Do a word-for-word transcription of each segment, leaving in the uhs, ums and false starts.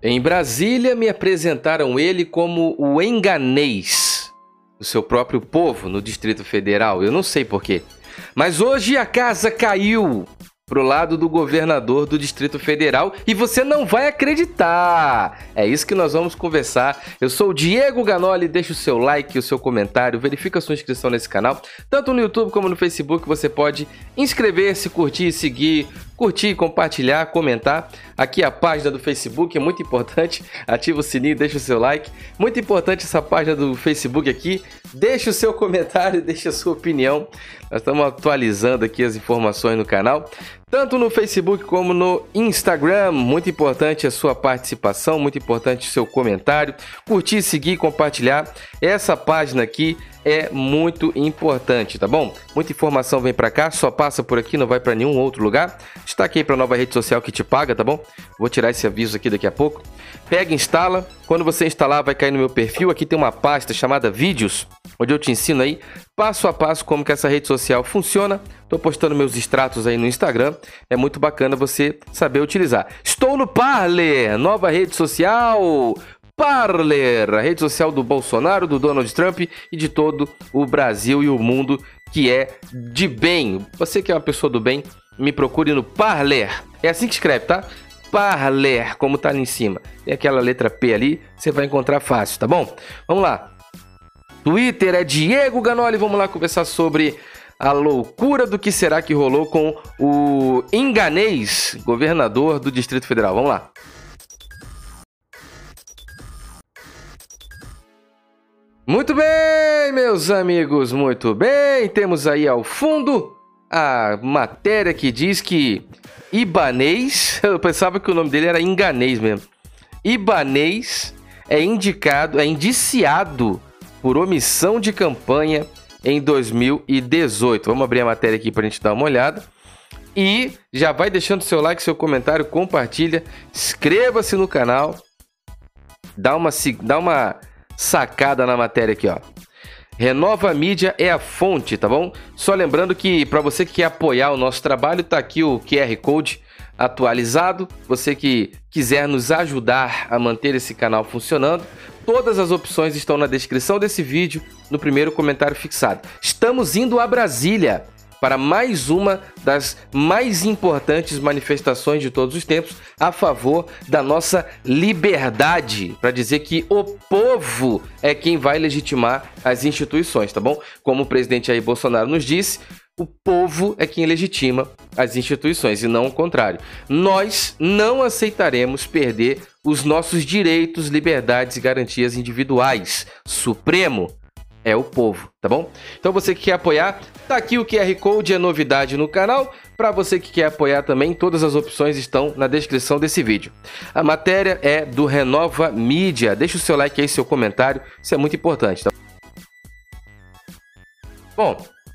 Em Brasília, me apresentaram ele como o enganês do seu próprio povo no Distrito Federal. Eu não sei porquê. Mas hoje a casa caiu pro lado do governador do Distrito Federal e você não vai acreditar. É isso que nós vamos conversar. Eu sou o Diego Ganoli, deixa o seu like, o seu comentário, verifica a sua inscrição nesse canal. Tanto no YouTube como no Facebook você pode inscrever-se, curtir, seguir, curtir, compartilhar, comentar. Aqui a página do Facebook é muito importante. Ativa o sininho, deixa o seu like. Muito importante essa página do Facebook aqui. Deixa o seu comentário, deixa a sua opinião. Nós estamos atualizando aqui as informações no canal, tanto no Facebook como no Instagram. Muito importante a sua participação, muito importante o seu comentário. Curtir, seguir, compartilhar. Essa página aqui é muito importante, tá bom? Muita informação vem pra cá, só passa por aqui, não vai pra nenhum outro lugar. Destaque aí pra nova rede social que te paga, tá bom? Vou tirar esse aviso aqui daqui a pouco. Pega e instala. Quando você instalar, vai cair no meu perfil. Aqui tem uma pasta chamada Vídeos, onde eu te ensino aí passo a passo como que essa rede social funciona. Tô postando meus extratos aí no Instagram. É muito bacana você saber utilizar. Estou no Parler, nova rede social. Parler, a rede social do Bolsonaro, do Donald Trump e de todo o Brasil e o mundo que é de bem. Você que é uma pessoa do bem, me procure no Parler. É assim que escreve, tá? Parler, como tá ali em cima. Tem aquela letra P ali, você vai encontrar fácil, tá bom? Vamos lá. Twitter é Diego Ganoli. Vamos lá conversar sobre a loucura do que será que rolou com o enganês governador do Distrito Federal. Vamos lá. Muito bem, meus amigos, muito bem. Temos aí ao fundo a matéria que diz que Ibanez, eu pensava que o nome dele era enganês mesmo. Ibanez é indicado, é indiciado por omissão de campanha em dois mil e dezoito. Vamos abrir a matéria aqui para a gente dar uma olhada. E já vai deixando seu like, seu comentário, compartilha, inscreva-se no canal, dá uma, dá uma sacada na matéria aqui, ó. Renova Mídia é a fonte, tá bom? Só lembrando que para você que quer apoiar o nosso trabalho, tá aqui o Q R Code atualizado. Você que quiser nos ajudar a manter esse canal funcionando, todas as opções estão na descrição desse vídeo, no primeiro comentário fixado. Estamos indo a Brasília para mais uma das mais importantes manifestações de todos os tempos a favor da nossa liberdade, para dizer que o povo é quem vai legitimar as instituições, tá bom? Como o presidente Jair Bolsonaro nos disse, o povo é quem legitima as instituições e não o contrário. Nós não aceitaremos perder os nossos direitos, liberdades e garantias individuais. Supremo é o povo, tá bom? Então você que quer apoiar, tá aqui o Q R Code, é novidade no canal. Para você que quer apoiar também, todas as opções estão na descrição desse vídeo. A matéria é do Renova Mídia. Deixa o seu like aí, seu comentário, isso é muito importante, tá? Bom,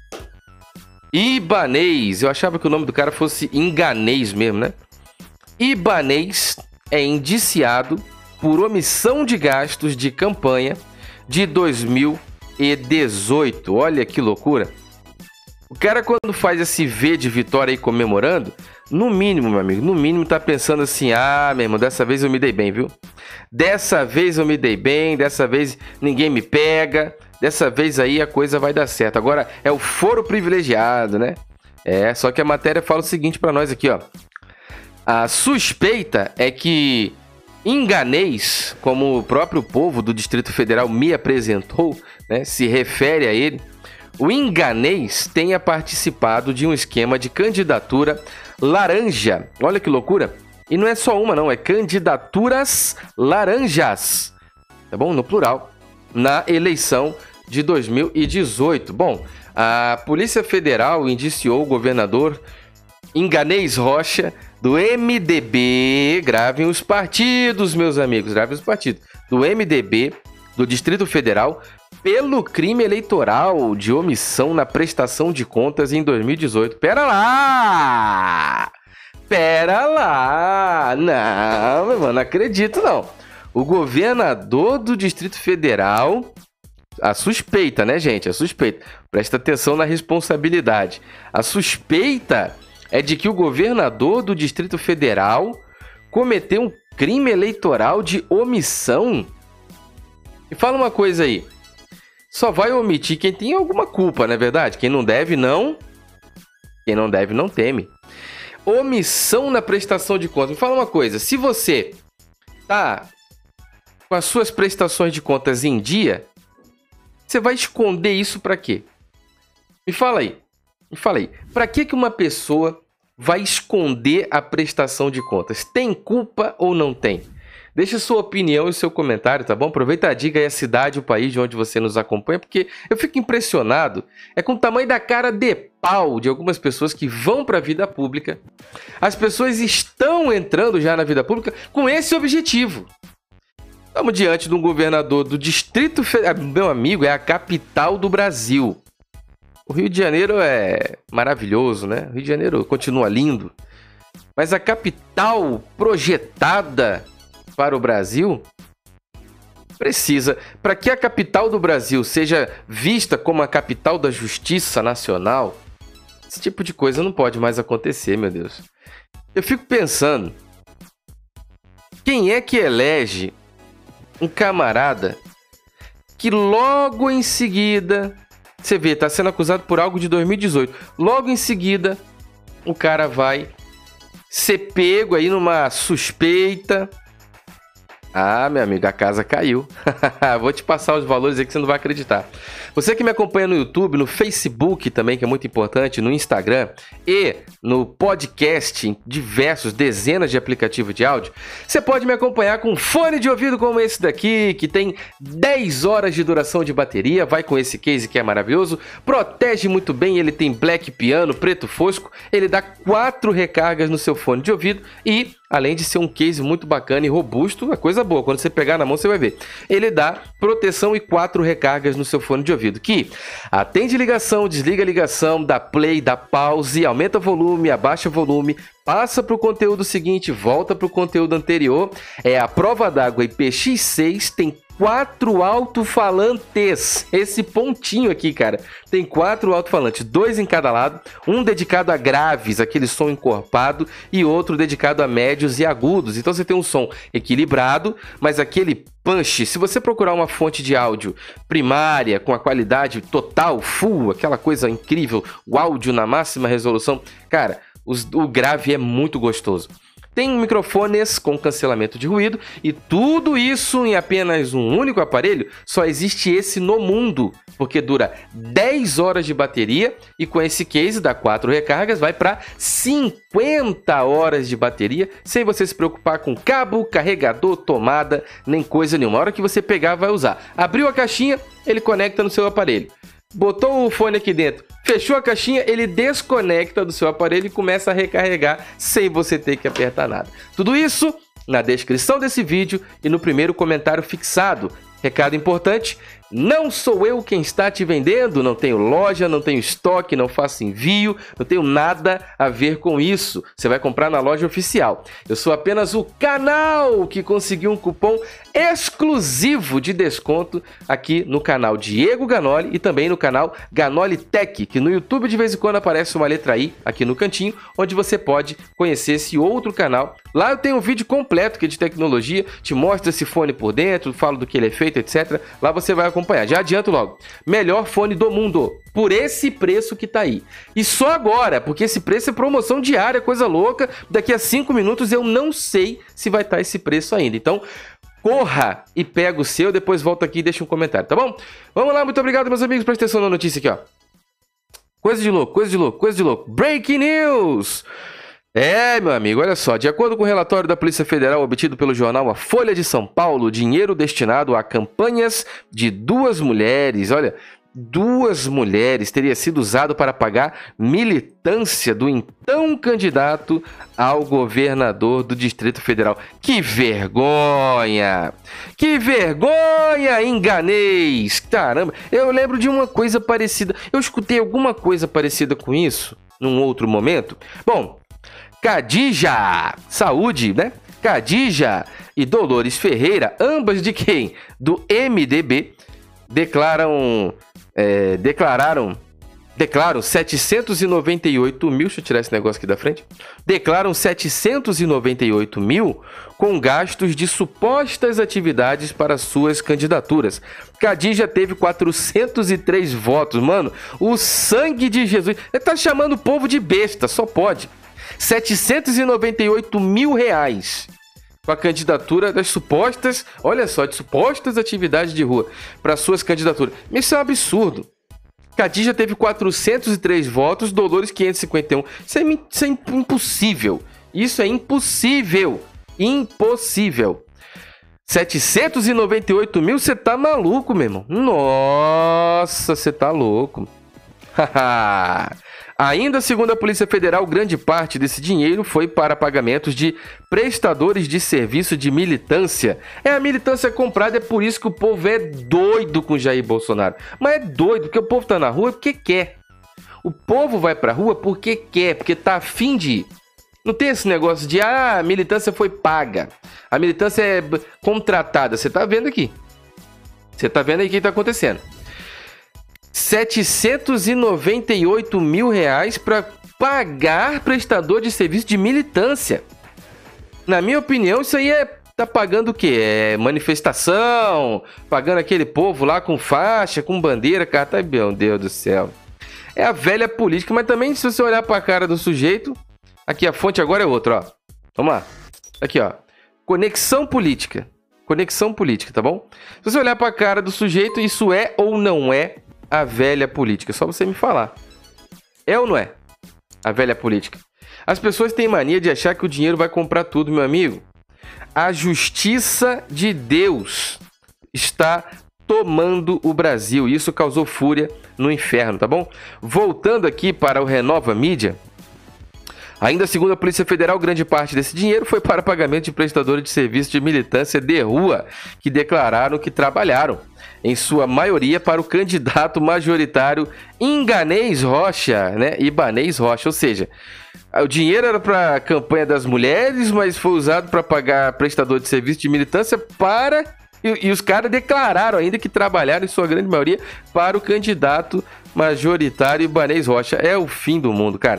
Ibanez, eu achava que o nome do cara fosse enganês mesmo, né? Ibanez é indiciado por omissão de gastos de campanha de dois mil e dezoito. Olha que loucura. O cara, quando faz esse V de vitória aí comemorando, no mínimo, meu amigo, no mínimo tá pensando assim: ah, meu irmão, dessa vez eu me dei bem, viu? Dessa vez eu me dei bem, dessa vez ninguém me pega, dessa vez aí a coisa vai dar certo. Agora é o foro privilegiado, né? É, só que a matéria fala o seguinte pra nós aqui, ó. A suspeita é que enganês, como o próprio povo do Distrito Federal me apresentou, né, se refere a ele, o enganês tenha participado de um esquema de candidatura laranja. Olha que loucura! E não é só uma, não, é candidaturas laranjas, tá bom? No plural, na eleição de dois mil e dezoito. Bom, a Polícia Federal indiciou o governador Enganês Rocha do M D B, gravem os partidos, meus amigos, gravem os partidos, do M D B do Distrito Federal, pelo crime eleitoral de omissão na prestação de contas em dois mil e dezoito. Pera lá! Pera lá! Não, meu mano, não acredito não. O governador do Distrito Federal, a suspeita, né, gente? A suspeita. Presta atenção na responsabilidade. A suspeita é de que o governador do Distrito Federal cometeu um crime eleitoral de omissão? E fala uma coisa aí. Só vai omitir quem tem alguma culpa, não é verdade? Quem não deve, não. Quem não deve, não teme. Omissão na prestação de contas. Me fala uma coisa. Se você tá com as suas prestações de contas em dia, você vai esconder isso pra quê? Me fala aí. Me fala aí. Pra que que uma pessoa vai esconder a prestação de contas? Tem culpa ou não tem? Deixa sua opinião e seu comentário, tá bom? Aproveita a dica aí, a cidade, o país de onde você nos acompanha, porque eu fico impressionado é com o tamanho da cara de pau de algumas pessoas que vão para a vida pública. As pessoas estão entrando já na vida pública com esse objetivo. Estamos diante de um governador do Distrito Federal. Meu amigo, é a capital do Brasil. O Rio de Janeiro é maravilhoso, né? O Rio de Janeiro continua lindo. Mas a capital projetada para o Brasil precisa, para que a capital do Brasil seja vista como a capital da justiça nacional, esse tipo de coisa não pode mais acontecer, meu Deus. Eu fico pensando, quem é que elege um camarada que logo em seguida, você vê, está sendo acusado por algo de dois mil e dezoito, logo em seguida o cara vai ser pego aí numa suspeita. Ah, meu amigo, a casa caiu. Vou te passar os valores aí que você não vai acreditar. Você que me acompanha no YouTube, no Facebook também, que é muito importante, no Instagram e no podcast, em diversos, dezenas de aplicativos de áudio, você pode me acompanhar com um fone de ouvido como esse daqui, que tem dez horas de duração de bateria, vai com esse case que é maravilhoso, protege muito bem, ele tem black piano, preto fosco, ele dá quatro recargas no seu fone de ouvido e, além de ser um case muito bacana e robusto, é coisa boa, quando você pegar na mão você vai ver. Ele dá proteção e quatro recargas no seu fone de ouvido, que atende ligação, desliga a ligação, dá play, dá pause, aumenta o volume, abaixa o volume, passa para o conteúdo seguinte, volta para o conteúdo anterior. É a prova d'água I P X seis, tem quatro alto-falantes. Esse pontinho aqui, cara, tem quatro alto-falantes, dois em cada lado, um dedicado a graves, aquele som encorpado, e outro dedicado a médios e agudos. Então você tem um som equilibrado, mas aquele punch, se você procurar uma fonte de áudio primária, com a qualidade total, full, aquela coisa incrível, o áudio na máxima resolução, cara, os, o grave é muito gostoso. Tem microfones com cancelamento de ruído e tudo isso em apenas um único aparelho. Só existe esse no mundo, porque dura dez horas de bateria e com esse case dá quatro recargas, vai para cinquenta horas de bateria, sem você se preocupar com cabo, carregador, tomada, nem coisa nenhuma. A hora que você pegar vai usar. Abriu a caixinha, ele conecta no seu aparelho. Botou o fone aqui dentro, fechou a caixinha, ele desconecta do seu aparelho e começa a recarregar sem você ter que apertar nada. Tudo isso na descrição desse vídeo e no primeiro comentário fixado. Recado importante, não sou eu quem está te vendendo, não tenho loja, não tenho estoque, não faço envio, não tenho nada a ver com isso. Você vai comprar na loja oficial. Eu sou apenas o canal que conseguiu um cupom exclusivo de desconto aqui no canal Diego Ganoli e também no canal Ganoli Tech, que no YouTube de vez em quando aparece uma letra I aqui no cantinho, onde você pode conhecer esse outro canal. Lá eu tenho um vídeo completo que é de tecnologia, te mostra esse fone por dentro, falo do que ele é feito, etcétera. Lá você vai acompanhar. Já adianto logo, melhor fone do mundo, por esse preço que tá aí. E só agora, porque esse preço é promoção diária, coisa louca. Daqui a cinco minutos eu não sei se vai estar esse preço ainda. Então, corra e pega o seu, depois volta aqui e deixa um comentário, tá bom? Vamos lá, muito obrigado, meus amigos. Presta atenção na notícia aqui, ó. Coisa de louco, coisa de louco, coisa de louco. Breaking news! É, meu amigo, olha só, de acordo com o relatório da Polícia Federal obtido pelo jornal A Folha de São Paulo, dinheiro destinado a campanhas de duas mulheres, olha, duas mulheres teria sido usado para pagar militância do então candidato ao governador do Distrito Federal. Que vergonha! Que vergonha, enganês! Caramba, eu lembro de uma coisa parecida, eu escutei alguma coisa parecida com isso num outro momento. Bom, Khadija, saúde, né? Khadija e Dolores Ferreira, ambas de quem? Do M D B, declaram, é, declararam declaram setecentos e noventa e oito mil, deixa eu tirar esse negócio aqui da frente, declaram setecentos e noventa e oito mil com gastos de supostas atividades para suas candidaturas. Khadija teve quatrocentos e três votos, mano, o sangue de Jesus, ele tá chamando o povo de besta, só pode. setecentos e noventa e oito mil reais com a candidatura das supostas, olha só, de supostas atividades de rua para suas candidaturas. Isso é um absurdo. Khadija teve quatrocentos e três votos, Dolores quinhentos e cinquenta e um. Isso é, isso é impossível. Isso é impossível. Impossível. setecentos e noventa e oito mil, você tá maluco, meu irmão. Nossa, você tá louco. Ainda segundo a Polícia Federal, grande parte desse dinheiro foi para pagamentos de prestadores de serviço de militância. É a militância comprada, é por isso que o povo é doido com Jair Bolsonaro. Mas é doido, porque o povo tá na rua porque quer. O povo vai pra rua porque quer, porque tá afim de ir. Não tem esse negócio de, ah, a militância foi paga. A militância é contratada. Você tá vendo aqui. Você tá vendo aí o que tá acontecendo. setecentos e noventa e oito mil reais para pagar prestador de serviço de militância. Na minha opinião, isso aí é tá pagando o quê? É manifestação, pagando aquele povo lá com faixa, com bandeira, cara, tá, meu Deus do céu. É a velha política, mas também se você olhar para a cara do sujeito, aqui a fonte agora é outra, ó. Vamos lá. Aqui, ó. Conexão política. Conexão política, tá bom? Se você olhar para a cara do sujeito, isso é ou não é a velha política? Só você me falar. É ou não é a velha política? As pessoas têm mania de achar que o dinheiro vai comprar tudo, meu amigo. A justiça de Deus está tomando o Brasil. E isso causou fúria no inferno, tá bom? Voltando aqui para o Renova Mídia. Ainda segundo a Polícia Federal, grande parte desse dinheiro foi para pagamento de prestadores de serviço de militância de rua, que declararam que trabalharam, em sua maioria, para o candidato majoritário Ibanez Rocha, né? Ibanez Rocha, ou seja, o dinheiro era para a campanha das mulheres, mas foi usado para pagar prestador de serviço de militância para... E, e os caras declararam ainda que trabalharam, em sua grande maioria, para o candidato majoritário Ibanez Rocha. É o fim do mundo, cara.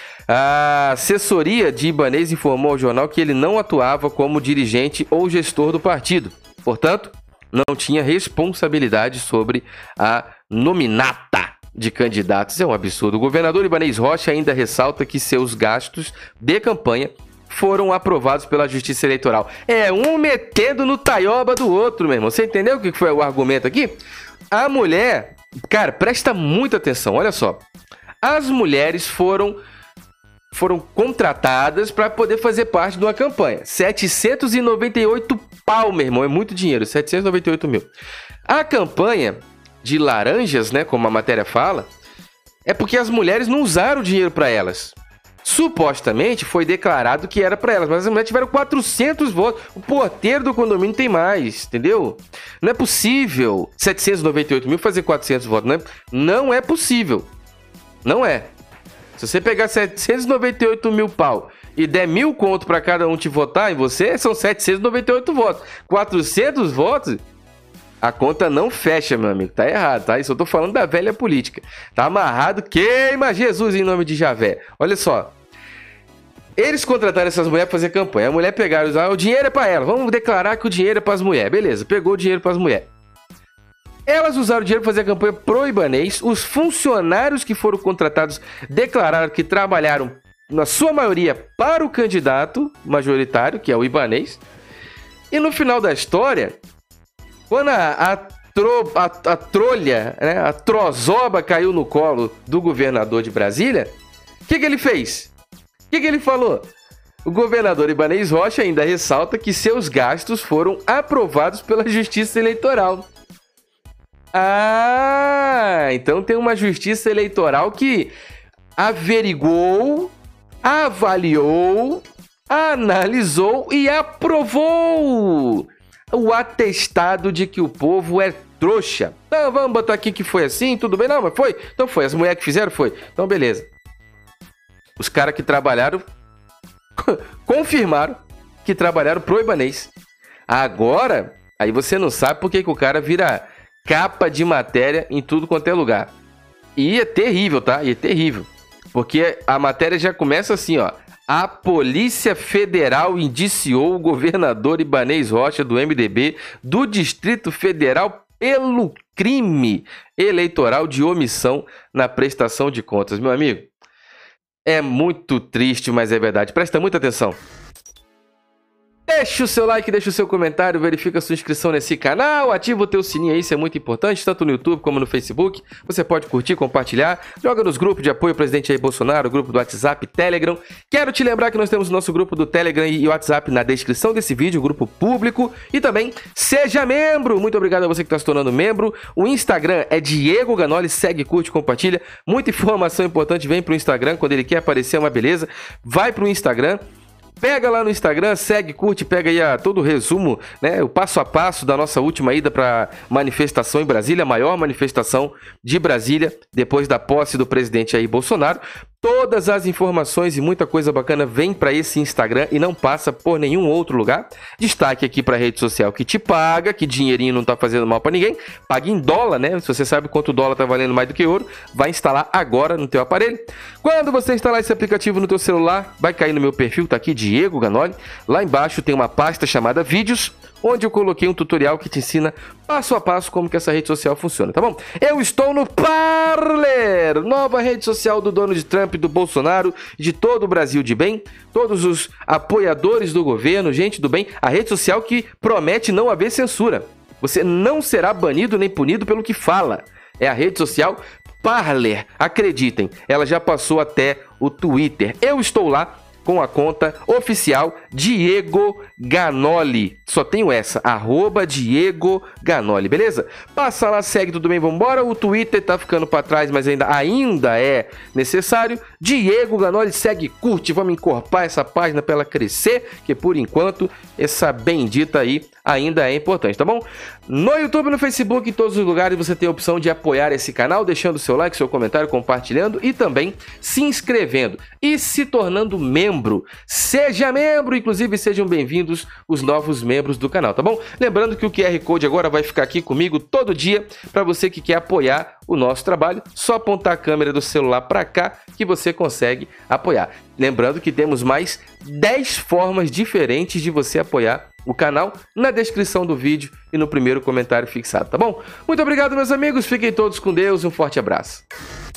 A assessoria de Ibanez informou ao jornal que ele não atuava como dirigente ou gestor do partido. Portanto, não tinha responsabilidade sobre a nominata de candidatos. É um absurdo. O governador Ibanez Rocha ainda ressalta que seus gastos de campanha foram aprovados pela Justiça Eleitoral. É um metendo no taioba do outro, meu irmão. Você entendeu o que foi o argumento aqui? A mulher... Cara, presta muita atenção, olha só. As mulheres foram... foram contratadas para poder fazer parte de uma campanha. setecentos e noventa e oito pau, meu irmão. É muito dinheiro. setecentos e noventa e oito mil. A campanha de laranjas, né, como a matéria fala, é porque as mulheres não usaram o dinheiro para elas. Supostamente foi declarado que era para elas, mas as mulheres tiveram quatrocentos votos. O porteiro do condomínio tem mais, entendeu? Não é possível setecentos e noventa e oito mil fazer quatrocentos votos. Não é, não é possível. Não é. Se você pegar setecentos e noventa e oito mil pau e der mil conto para cada um te votar em você, são setecentos e noventa e oito votos. quatrocentos votos, a conta não fecha, meu amigo. Tá errado, tá? Isso eu tô falando da velha política. Tá amarrado, queima Jesus em nome de Javé. Olha só. Eles contrataram essas mulheres para fazer campanha. A mulher pegaram, ah, o dinheiro é para ela. Vamos declarar que o dinheiro é para as mulheres. Beleza, pegou o dinheiro para as mulheres. Elas usaram o dinheiro para fazer a campanha pro Ibanez. Os funcionários que foram contratados declararam que trabalharam, na sua maioria, para o candidato majoritário, que é o Ibanez. E no final da história, quando a, a, tro, a, a trolha, né, a trozoba caiu no colo do governador de Brasília, o que, que ele fez? O que, que ele falou? O governador Ibanez Rocha ainda ressalta que seus gastos foram aprovados pela Justiça Eleitoral. Ah, então tem uma justiça eleitoral que averigou, avaliou, analisou e aprovou o atestado de que o povo é trouxa. Então vamos botar aqui que foi assim, tudo bem? Não, mas foi. Então foi, as mulheres que fizeram foi. Então beleza. Os caras que trabalharam confirmaram que trabalharam pro Ibanez. Agora, aí você não sabe por que, que o cara vira capa de matéria em tudo quanto é lugar. E é terrível, tá? E é terrível. Porque a matéria já começa assim, ó. A Polícia Federal indiciou o governador Ibanez Rocha do M D B do Distrito Federal pelo crime eleitoral de omissão na prestação de contas. Meu amigo, é muito triste, mas é verdade. Presta muita atenção. Deixa o seu like, deixa o seu comentário, verifica a sua inscrição nesse canal, ativa o teu sininho aí, isso é muito importante, tanto no YouTube como no Facebook. Você pode curtir, compartilhar, joga nos grupos de apoio ao presidente Jair Bolsonaro, grupo do WhatsApp, Telegram. Quero te lembrar que nós temos o nosso grupo do Telegram e WhatsApp na descrição desse vídeo, grupo público. E também, seja membro! Muito obrigado a você que está se tornando membro. O Instagram é Diego Ganoli, segue, curte, compartilha. Muita informação importante vem pro Instagram, quando ele quer aparecer é uma beleza. Vai pro Instagram. Pega lá no Instagram, segue, curte, pega aí a, todo o resumo, né, o passo a passo da nossa última ida para manifestação em Brasília, a maior manifestação de Brasília, depois da posse do presidente Jair Bolsonaro. Todas as informações e muita coisa bacana vem para esse Instagram e não passa por nenhum outro lugar. Destaque aqui para a rede social que te paga, que dinheirinho não tá fazendo mal para ninguém. Paga em dólar, né? Se você sabe quanto o dólar tá valendo mais do que ouro, vai instalar agora no teu aparelho. Quando você instalar esse aplicativo no teu celular, vai cair no meu perfil, tá aqui, Diego Ganoli. Lá embaixo tem uma pasta chamada Vídeos, onde eu coloquei um tutorial que te ensina passo a passo como que essa rede social funciona, tá bom? Eu estou no Parler, nova rede social do Donald Trump, do Bolsonaro, de todo o Brasil de bem, todos os apoiadores do governo, gente do bem, a rede social que promete não haver censura. Você não será banido nem punido pelo que fala. É a rede social Parler, acreditem, ela já passou até o Twitter. Eu estou lá com a conta oficial Diego Ganoli. Só tenho essa, arroba Diego Ganoli, beleza? Passa lá, segue, tudo bem, vambora. O Twitter tá ficando pra trás, mas ainda, ainda é necessário. Diego Ganoli, segue, curte, vamos encorpar essa página pra ela crescer, que por enquanto essa bendita aí ainda é importante, tá bom? No YouTube, no Facebook, em todos os lugares você tem a opção de apoiar esse canal, deixando seu like, seu comentário, compartilhando e também se inscrevendo e se tornando membro. Seja membro, inclusive sejam bem-vindos os novos membros do canal, tá bom? Lembrando que o Q R Code agora vai ficar aqui comigo todo dia para você que quer apoiar o nosso trabalho. Só apontar a câmera do celular para cá que você consegue apoiar. Lembrando que temos mais dez formas diferentes de você apoiar o canal na descrição do vídeo e no primeiro comentário fixado, tá bom? Muito obrigado, meus amigos. Fiquem todos com Deus. Um forte abraço.